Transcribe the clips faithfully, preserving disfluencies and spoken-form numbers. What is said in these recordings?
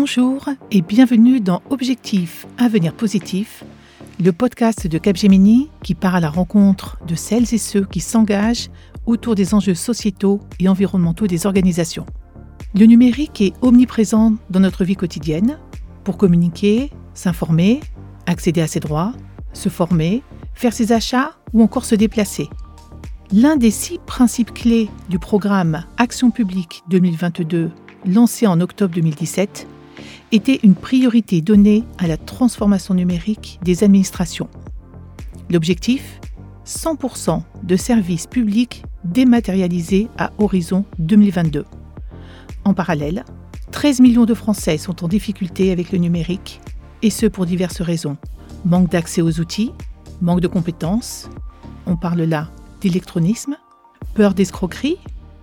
Bonjour et bienvenue dans Objectif Avenir Positif, le podcast de Capgemini qui part à la rencontre de celles et ceux qui s'engagent autour des enjeux sociétaux et environnementaux des organisations. Le numérique est omniprésent dans notre vie quotidienne pour communiquer, s'informer, accéder à ses droits, se former, faire ses achats ou encore se déplacer. L'un des six principes clés du programme Action publique deux mille vingt-deux, lancé en octobre deux mille dix-sept, était une priorité donnée à la transformation numérique des administrations. L'objectif, cent pour cent de services publics dématérialisés à horizon deux mille vingt-deux. En parallèle, treize millions de Français sont en difficulté avec le numérique, et ce pour diverses raisons. Manque d'accès aux outils, manque de compétences, on parle là d'électronisme, peur d'escroquerie,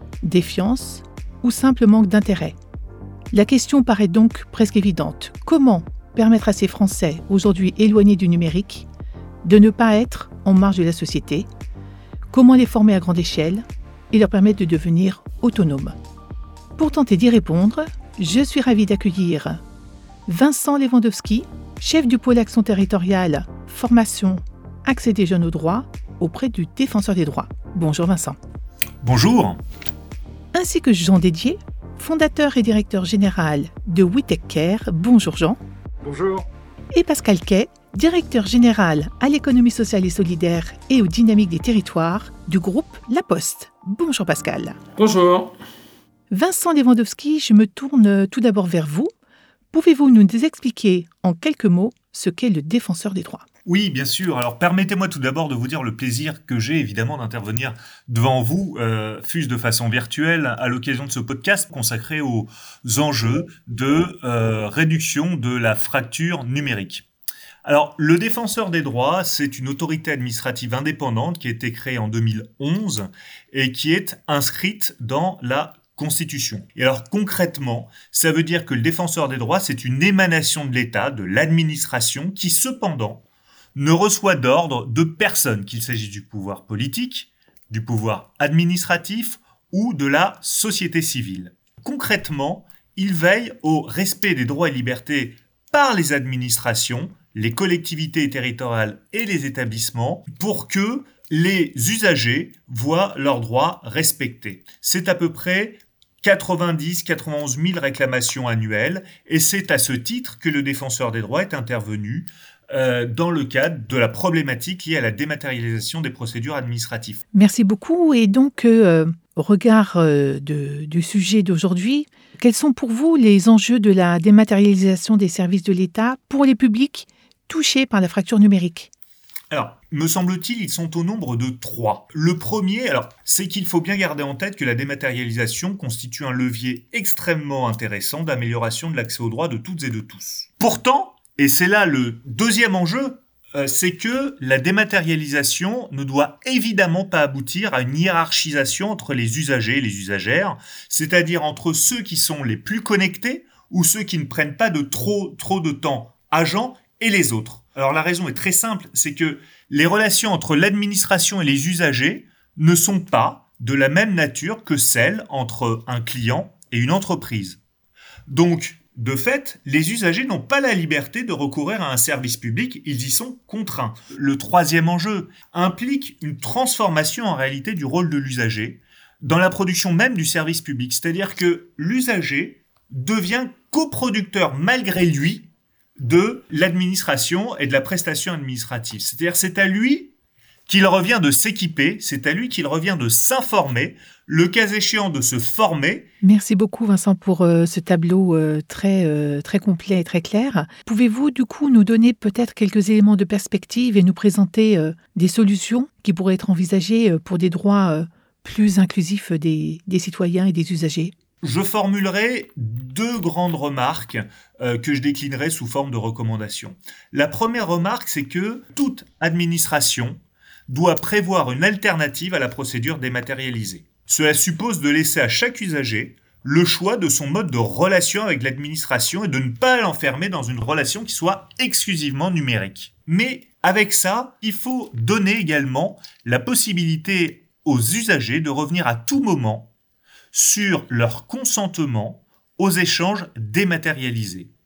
défiance ou simple manque d'intérêt. La question paraît donc presque évidente. Comment permettre à ces Français, aujourd'hui éloignés du numérique, de ne pas être en marge de la société? Comment les former à grande échelle et leur permettre de devenir autonomes? Pour tenter d'y répondre, je suis ravie d'accueillir Vincent Lewandowski, chef du pôle action territoriale, formation, accès des jeunes aux droits, auprès du Défenseur des droits. Bonjour Vincent. Bonjour. Ainsi que Jean Dédier, fondateur et directeur général de We Take Care. Bonjour Jean. Bonjour. Et Pascal Quay, directeur général à l'économie sociale et solidaire et aux dynamiques des territoires du groupe La Poste. Bonjour Pascal. Bonjour. Vincent Lewandowski, je me tourne tout d'abord vers vous. Pouvez-vous nous expliquer en quelques mots ce qu'est le Défenseur des droits ? Oui, bien sûr. Alors, permettez-moi tout d'abord de vous dire le plaisir que j'ai évidemment d'intervenir devant vous, euh, fût-ce de façon virtuelle, à l'occasion de ce podcast consacré aux enjeux de euh, réduction de la fracture numérique. Alors, le Défenseur des droits, c'est une autorité administrative indépendante qui a été créée en deux mille onze et qui est inscrite dans la Constitution. Et alors concrètement, ça veut dire que le Défenseur des droits, c'est une émanation de l'État, de l'administration, qui cependant ne reçoit d'ordre de personne, qu'il s'agisse du pouvoir politique, du pouvoir administratif ou de la société civile. Concrètement, il veille au respect des droits et libertés par les administrations, les collectivités territoriales et les établissements pour que les usagers voient leurs droits respectés. C'est à peu près quatre-vingt-dix à quatre-vingt-onze mille réclamations annuelles et c'est à ce titre que le Défenseur des droits est intervenu euh, dans le cadre de la problématique liée à la dématérialisation des procédures administratives. Merci beaucoup. Et donc, euh, au regard euh, de, du sujet d'aujourd'hui, quels sont pour vous les enjeux de la dématérialisation des services de l'État pour les publics touchés par la fracture numérique ? Alors, me semble-t-il, ils sont au nombre de trois. Le premier, alors, c'est qu'il faut bien garder en tête que la dématérialisation constitue un levier extrêmement intéressant d'amélioration de l'accès aux droits de toutes et de tous. Pourtant, et c'est là le deuxième enjeu, euh, c'est que la dématérialisation ne doit évidemment pas aboutir à une hiérarchisation entre les usagers et les usagères, c'est-à-dire entre ceux qui sont les plus connectés ou ceux qui ne prennent pas de trop, trop de temps agents et les autres. Alors la raison est très simple, c'est que les relations entre l'administration et les usagers ne sont pas de la même nature que celles entre un client et une entreprise. Donc, de fait, les usagers n'ont pas la liberté de recourir à un service public, ils y sont contraints. Le troisième enjeu implique une transformation en réalité du rôle de l'usager dans la production même du service public, c'est-à-dire que l'usager devient coproducteur malgré lui de l'administration et de la prestation administrative. C'est-à-dire c'est à lui qu'il revient de s'équiper, c'est à lui qu'il revient de s'informer, le cas échéant de se former. Merci beaucoup Vincent pour euh, ce tableau euh, très, euh, très complet et très clair. Pouvez-vous du coup nous donner peut-être quelques éléments de perspective et nous présenter euh, des solutions qui pourraient être envisagées euh, pour des droits euh, plus inclusifs des, des citoyens et des usagers ? Je formulerai deux grandes remarques euh, que je déclinerai sous forme de recommandations. La première remarque, c'est que toute administration doit prévoir une alternative à la procédure dématérialisée. Cela suppose de laisser à chaque usager le choix de son mode de relation avec l'administration et de ne pas l'enfermer dans une relation qui soit exclusivement numérique. Mais avec ça, il faut donner également la possibilité aux usagers de revenir à tout moment sur leur consentement aux échanges dématérialisés.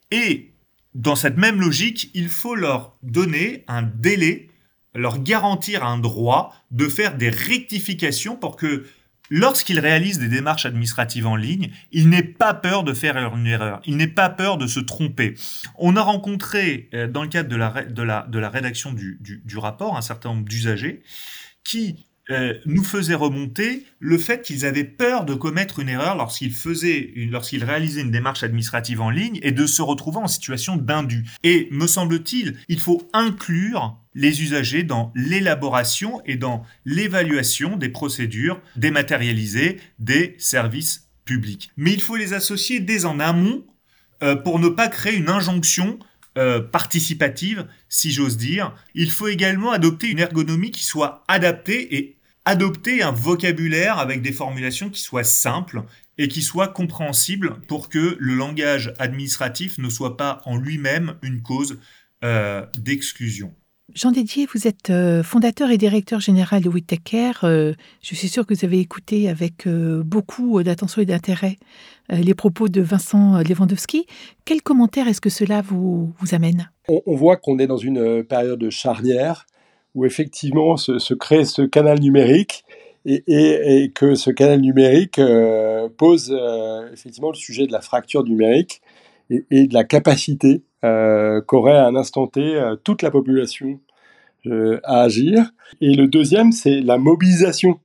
Et dans cette même logique, il faut leur donner un délai, leur garantir un droit de faire des rectifications pour que lorsqu'ils réalisent des démarches administratives en ligne, ils n'aient pas peur de faire une erreur, ils n'aient pas peur de se tromper. On a rencontré, euh, dans le cadre de la, de la, de la rédaction du, du, du rapport, un certain nombre d'usagers qui euh, nous faisaient remonter le fait qu'ils avaient peur de commettre une erreur lorsqu'ils faisaient, une, lorsqu'ils réalisaient une démarche administrative en ligne et de se retrouver en situation d'indu. Et me semble-t-il, il faut inclure les usagers dans l'élaboration et dans l'évaluation des procédures dématérialisées des services publics. Mais il faut les associer dès en amont euh, pour ne pas créer une injonction euh, participative, si j'ose dire. Il faut également adopter une ergonomie qui soit adaptée et adopter un vocabulaire avec des formulations qui soient simples et qui soient compréhensibles pour que le langage administratif ne soit pas en lui-même une cause euh, d'exclusion. Jean Dédier, vous êtes euh, fondateur et directeur général de We Take Care. Euh, je suis sûre que vous avez écouté avec euh, beaucoup d'attention et d'intérêt euh, les propos de Vincent Lewandowski. Quel commentaire est-ce que cela vous, vous amène ? on, on voit qu'on est dans une période charnière où effectivement se, se crée ce canal numérique et, et, et que ce canal numérique euh, pose euh, effectivement le sujet de la fracture numérique et, et de la capacité euh, qu'aurait à un instant T euh, toute la population euh, à agir. Et le deuxième, c'est la mobilisation,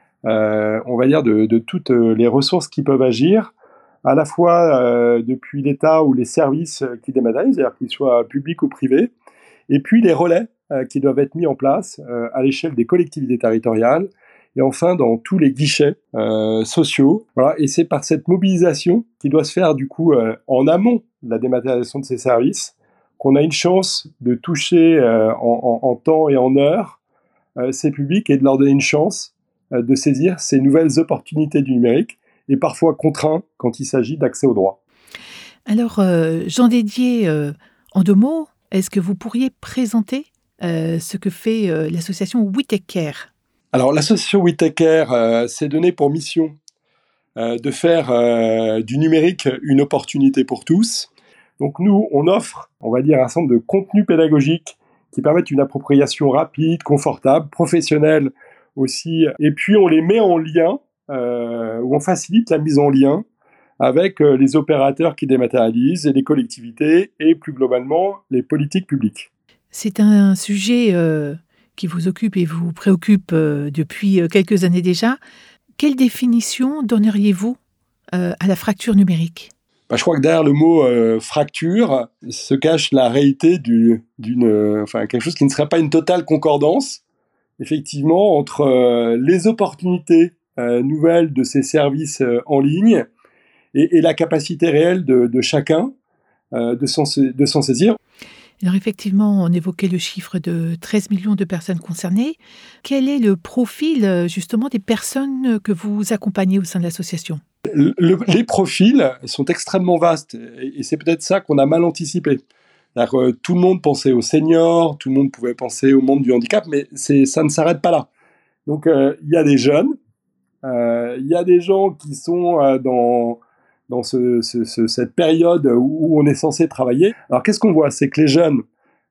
euh, on va dire, de, de toutes les ressources qui peuvent agir, à la fois euh, depuis l'État ou les services qui dématérialisent, c'est-à-dire qu'ils soient publics ou privés, et puis les relais euh, qui doivent être mis en place euh, à l'échelle des collectivités territoriales, et enfin dans tous les guichets euh, sociaux. Voilà. Et c'est par cette mobilisation qui doit se faire du coup euh, en amont de la dématérialisation de ces services qu'on a une chance de toucher euh, en, en, en temps et en heure euh, ces publics et de leur donner une chance euh, de saisir ces nouvelles opportunités du numérique et parfois contraints quand il s'agit d'accès aux droits. Alors, euh, Jean Dédier, euh, en deux mots, est-ce que vous pourriez présenter euh, ce que fait euh, l'association We Take Care ? Alors, l'association We Take Care euh, s'est donnée pour mission euh, de faire euh, du numérique une opportunité pour tous. Donc nous, on offre, on va dire, un certain nombre de contenus pédagogiques qui permettent une appropriation rapide, confortable, professionnelle aussi. Et puis, on les met en lien, euh, ou on facilite la mise en lien avec euh, les opérateurs qui dématérialisent et les collectivités et plus globalement les politiques publiques. C'est un sujet euh, qui vous occupe et vous préoccupe euh, depuis quelques années déjà. Quelle définition donneriez-vous euh, à la fracture numérique ? Bah, je crois que derrière le mot euh, fracture se cache la réalité du, d'une, euh, enfin, quelque chose qui ne serait pas une totale concordance, effectivement, entre euh, les opportunités euh, nouvelles de ces services euh, en ligne et, et la capacité réelle de, de chacun euh, de, s'en, de s'en saisir. Alors effectivement, on évoquait le chiffre de treize millions de personnes concernées. Quel est le profil justement des personnes que vous accompagnez au sein de l'association ? Le, le, les profils sont extrêmement vastes et, et c'est peut-être ça qu'on a mal anticipé. Euh, tout le monde pensait aux seniors, tout le monde pouvait penser au monde du handicap, mais c'est, ça ne s'arrête pas là. Donc il euh, y a des jeunes, il euh, y a des gens qui sont euh, dans, dans ce, ce, ce, cette période où, où on est censé travailler. Alors qu'est-ce qu'on voit ? C'est que les jeunes,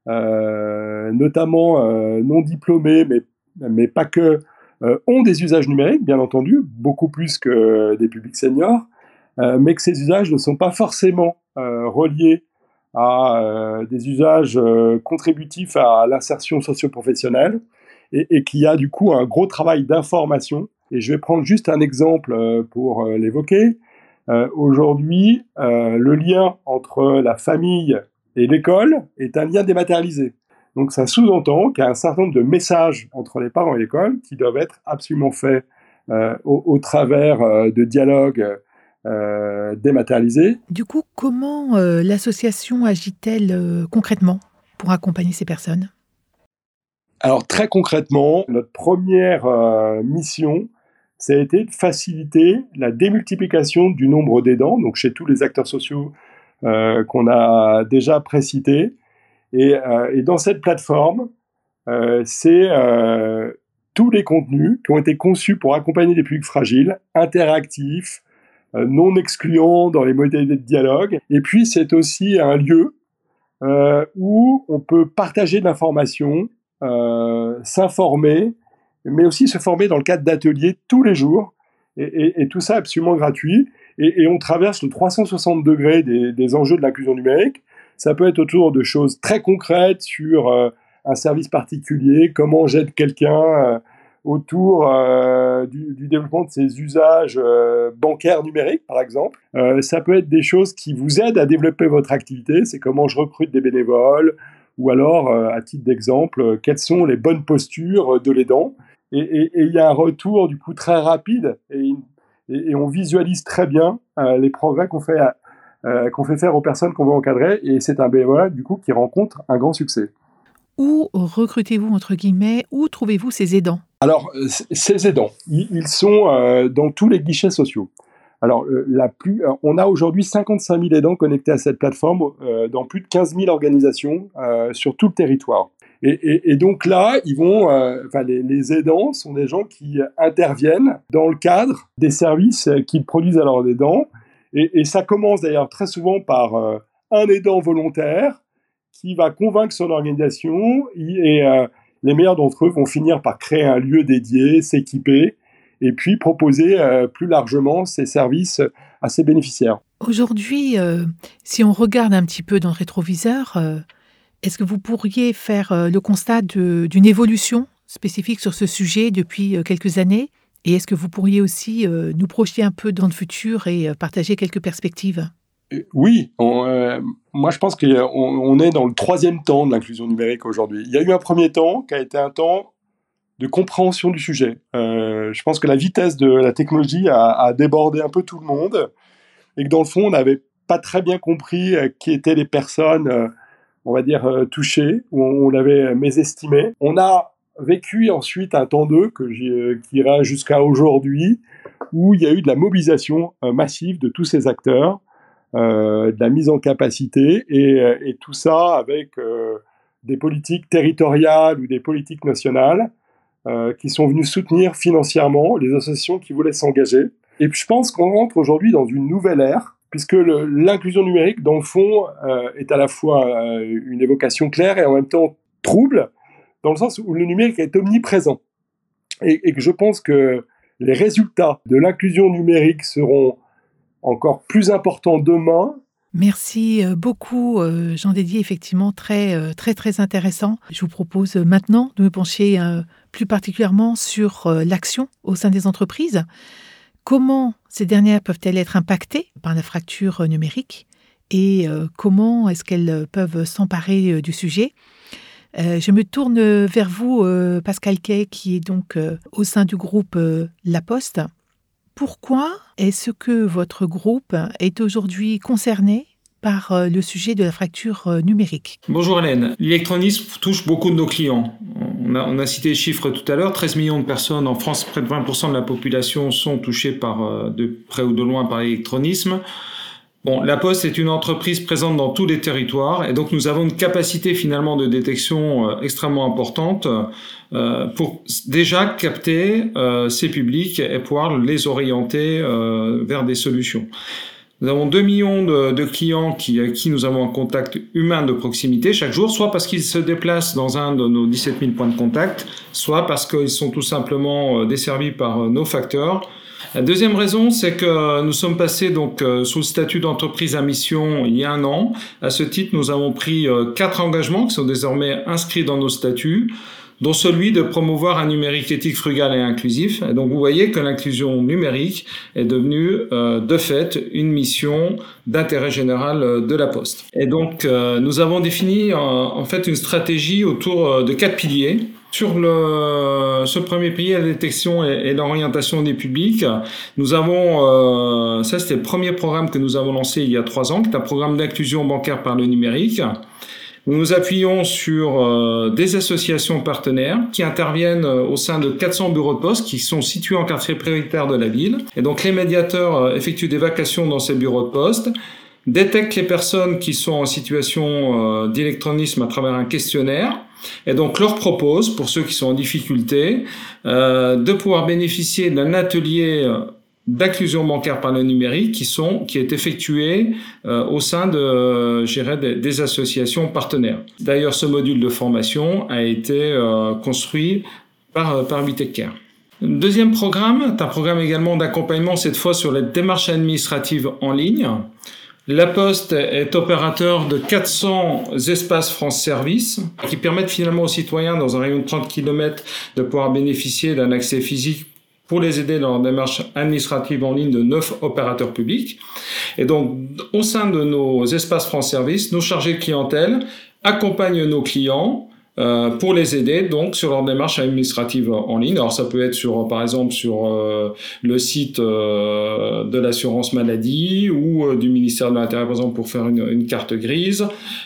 euh, notamment euh, non diplômés, mais, mais pas que, Euh, ont des usages numériques, bien entendu, beaucoup plus que euh, des publics seniors, euh, mais que ces usages ne sont pas forcément euh, reliés à euh, des usages euh, contributifs à l'insertion socio-professionnelle, et, et qu'il y a du coup un gros travail d'information. Et je vais prendre juste un exemple euh, pour euh, l'évoquer. Euh, aujourd'hui, euh, le lien entre la famille et l'école est un lien dématérialisé. Donc ça sous-entend qu'il y a un certain nombre de messages entre les parents et l'école qui doivent être absolument faits euh, au, au travers euh, de dialogues euh, dématérialisés. Du coup, comment euh, l'association agit-elle euh, concrètement pour accompagner ces personnes ? Alors très concrètement, notre première euh, mission, ça a été de faciliter la démultiplication du nombre d'aidants, donc chez tous les acteurs sociaux euh, qu'on a déjà précités. Et, euh, et dans cette plateforme, euh, c'est euh, tous les contenus qui ont été conçus pour accompagner les publics fragiles, interactifs, euh, non excluant dans les modalités de dialogue. Et puis, c'est aussi un lieu euh, où on peut partager de l'information, euh, s'informer, mais aussi se former dans le cadre d'ateliers tous les jours. Et, et, et tout ça absolument gratuit. Et, et on traverse le trois cent soixante degrés des, des enjeux de l'inclusion numérique. Ça peut être autour de choses très concrètes sur euh, un service particulier, comment j'aide quelqu'un euh, autour euh, du, du développement de ses usages euh, bancaires numériques, par exemple. Euh, ça peut être des choses qui vous aident à développer votre activité, c'est comment je recrute des bénévoles, ou alors, euh, à titre d'exemple, euh, quelles sont les bonnes postures de l'aidant. Et il y a un retour, du coup, très rapide, et, et, et on visualise très bien euh, les progrès qu'on fait, euh, qu'on fait faire aux personnes qu'on veut encadrer, et c'est un bénévolat, du coup, qui rencontre un grand succès. Où recrutez-vous, entre guillemets, où trouvez-vous ces aidants ? Alors, ces aidants, ils sont euh, dans tous les guichets sociaux. Alors, euh, la plus, on a aujourd'hui cinquante-cinq mille aidants connectés à cette plateforme euh, dans plus de quinze mille organisations euh, sur tout le territoire. Et, et, et donc là, ils vont, euh, enfin, les, les aidants sont des gens qui interviennent dans le cadre des services qu'ils produisent à leurs aidants. Et, et ça commence d'ailleurs très souvent par euh, un aidant volontaire qui va convaincre son organisation et euh, les meilleurs d'entre eux vont finir par créer un lieu dédié, s'équiper et puis proposer euh, plus largement ces services à ses bénéficiaires. Aujourd'hui, euh, si on regarde un petit peu dans le rétroviseur, euh, est-ce que vous pourriez faire euh, le constat de, d'une évolution spécifique sur ce sujet depuis euh, quelques années ? Et est-ce que vous pourriez aussi euh, nous projeter un peu dans le futur et euh, partager quelques perspectives ? Oui, on, euh, moi je pense qu'on on est dans le troisième temps de l'inclusion numérique aujourd'hui. Il y a eu un premier temps qui a été un temps de compréhension du sujet. Euh, je pense que la vitesse de la technologie a, a débordé un peu tout le monde et que dans le fond on n'avait pas très bien compris euh, qui étaient les personnes, euh, on va dire, euh, touchées, ou on, on l'avait mésestimé. On a vécu ensuite un temps deux que j'ai, qui ira jusqu'à aujourd'hui, où il y a eu de la mobilisation euh, massive de tous ces acteurs, Euh, de la mise en capacité et, et tout ça avec euh, des politiques territoriales ou des politiques nationales euh, qui sont venues soutenir financièrement les associations qui voulaient s'engager. Et puis je pense qu'on rentre aujourd'hui dans une nouvelle ère puisque le, l'inclusion numérique, dans le fond, euh, est à la fois euh, une évocation claire et en même temps trouble, dans le sens où le numérique est omniprésent. Et, et que je pense que les résultats de l'inclusion numérique seront encore plus important demain. Merci beaucoup, Jean Dédier, effectivement très, très, très intéressant. Je vous propose maintenant de me pencher plus particulièrement sur l'action au sein des entreprises. Comment ces dernières peuvent-elles être impactées par la fracture numérique et comment est-ce qu'elles peuvent s'emparer du sujet ? Je me tourne vers vous, Pascal Kay, qui est donc au sein du groupe La Poste. Pourquoi est-ce que votre groupe est aujourd'hui concerné par le sujet de la fracture numérique ? Bonjour Hélène. L'électronisme touche beaucoup de nos clients. On a, on a cité les chiffres tout à l'heure. treize millions de personnes en France, près de vingt pour cent de la population sont touchées par, de près ou de loin par l'électronisme. Bon, La Poste est une entreprise présente dans tous les territoires et donc nous avons une capacité finalement de détection euh, extrêmement importante euh, pour déjà capter euh, ces publics et pouvoir les orienter euh, vers des solutions. Nous avons deux millions de, de clients qui, avec qui nous avons un contact humain de proximité chaque jour, soit parce qu'ils se déplacent dans un de nos dix-sept mille points de contact, soit parce qu'ils sont tout simplement desservis par nos facteurs. La deuxième raison, c'est que nous sommes passés donc euh, sous le statut d'entreprise à mission il y a un an. À ce titre, nous avons pris euh, quatre engagements qui sont désormais inscrits dans nos statuts, dont celui de promouvoir un numérique éthique, frugal et inclusif. Et donc, vous voyez que l'inclusion numérique est devenue euh, de fait une mission d'intérêt général euh, de La Poste. Et donc, euh, nous avons défini euh, en fait une stratégie autour de quatre piliers. Sur le, ce premier pilier, la détection et, et l'orientation des publics, nous avons, euh, ça c'était le premier programme que nous avons lancé il y a trois ans, qui est un programme d'inclusion bancaire par le numérique. Nous nous appuyons sur euh, des associations partenaires qui interviennent euh, au sein de quatre cents bureaux de poste qui sont situés en quartier prioritaire de la ville. Et donc les médiateurs euh, effectuent des vacations dans ces bureaux de poste, détectent les personnes qui sont en situation euh, d'électronisme à travers un questionnaire, et donc leur propose, pour ceux qui sont en difficulté, euh, de pouvoir bénéficier d'un atelier d'inclusion bancaire par le numérique qui sont qui est effectué euh, au sein de euh, je dirais, des, des associations partenaires. D'ailleurs, ce module de formation a été euh, construit par par Bitech-Care. Le deuxième programme est un programme également d'accompagnement, cette fois sur les démarches administratives en ligne. La Poste est opérateur de quatre cents espaces France Service qui permettent finalement aux citoyens dans un rayon de trente kilomètres de pouvoir bénéficier d'un accès physique pour les aider dans leur démarche administrative en ligne de neuf opérateurs publics. Et donc, au sein de nos espaces France Service, nos chargés de clientèle accompagnent nos clients Euh, pour les aider donc sur leur démarche administrative en ligne. Alors ça peut être sur, par exemple, sur euh, le site euh, de l'assurance maladie ou euh, du ministère de l'Intérieur, par exemple, pour faire une, une carte grise,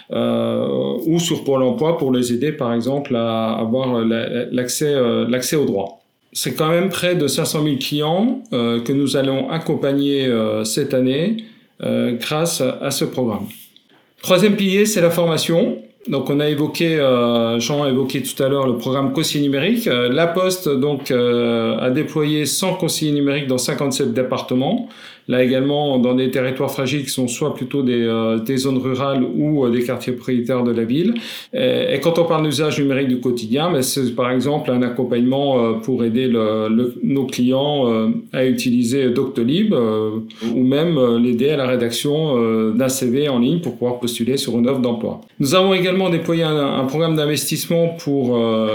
euh, ou sur Pôle emploi pour les aider, par exemple, à avoir la, l'accès, euh, l'accès aux droits. C'est quand même près de cinq cent mille clients euh, que nous allons accompagner euh, cette année euh, grâce à, à ce programme. Troisième pilier, c'est la formation. Donc on a évoqué, euh, Jean a évoqué tout à l'heure le programme conseiller numérique. Euh, la Poste donc euh, a déployé cent conseillers numériques dans cinquante-sept départements. Là également dans des territoires fragiles qui sont soit plutôt des, euh, des zones rurales ou euh, des quartiers prioritaires de la ville. Et, et quand on parle d'usage numérique du quotidien, ben c'est par exemple un accompagnement euh, pour aider le, le, nos clients euh, à utiliser Doctolib euh, ou même euh, l'aider à la rédaction euh, d'un C V en ligne pour pouvoir postuler sur une offre d'emploi. Nous avons également déployé un, un programme d'investissement pour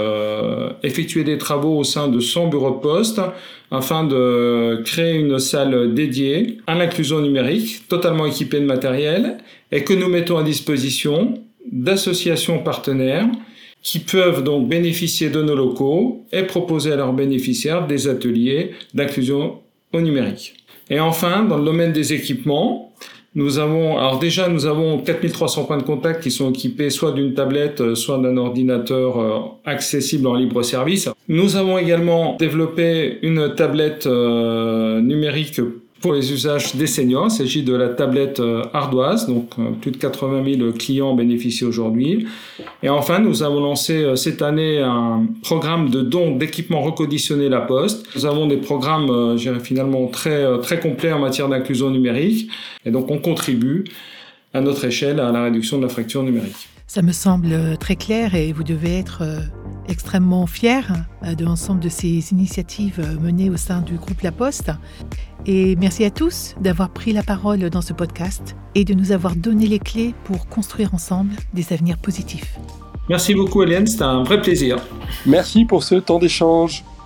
euh, effectuer des travaux au sein de cent bureaux de poste afin de créer une salle dédiée à l'inclusion numérique, totalement équipée de matériel, et que nous mettons à disposition d'associations partenaires qui peuvent donc bénéficier de nos locaux et proposer à leurs bénéficiaires des ateliers d'inclusion au numérique. Et enfin, dans le domaine des équipements, nous avons, alors déjà, nous avons quatre mille trois cents points de contact qui sont équipés soit d'une tablette, soit d'un ordinateur accessible en libre service. Nous avons également développé une tablette euh, numérique pour les usages des seniors. Il s'agit de la tablette ardoise, donc plus de quatre-vingt mille clients bénéficient aujourd'hui. Et enfin, nous avons lancé cette année un programme de dons d'équipements reconditionnés La Poste. Nous avons des programmes, je dirais, finalement très, très complets en matière d'inclusion numérique. Et donc, on contribue à notre échelle à la réduction de la fracture numérique. Ça me semble très clair et vous devez être extrêmement fiers de l'ensemble de ces initiatives menées au sein du groupe La Poste. Et merci à tous d'avoir pris la parole dans ce podcast et de nous avoir donné les clés pour construire ensemble des avenirs positifs. Merci beaucoup, Hélène, c'était un vrai plaisir. Merci pour ce temps d'échange.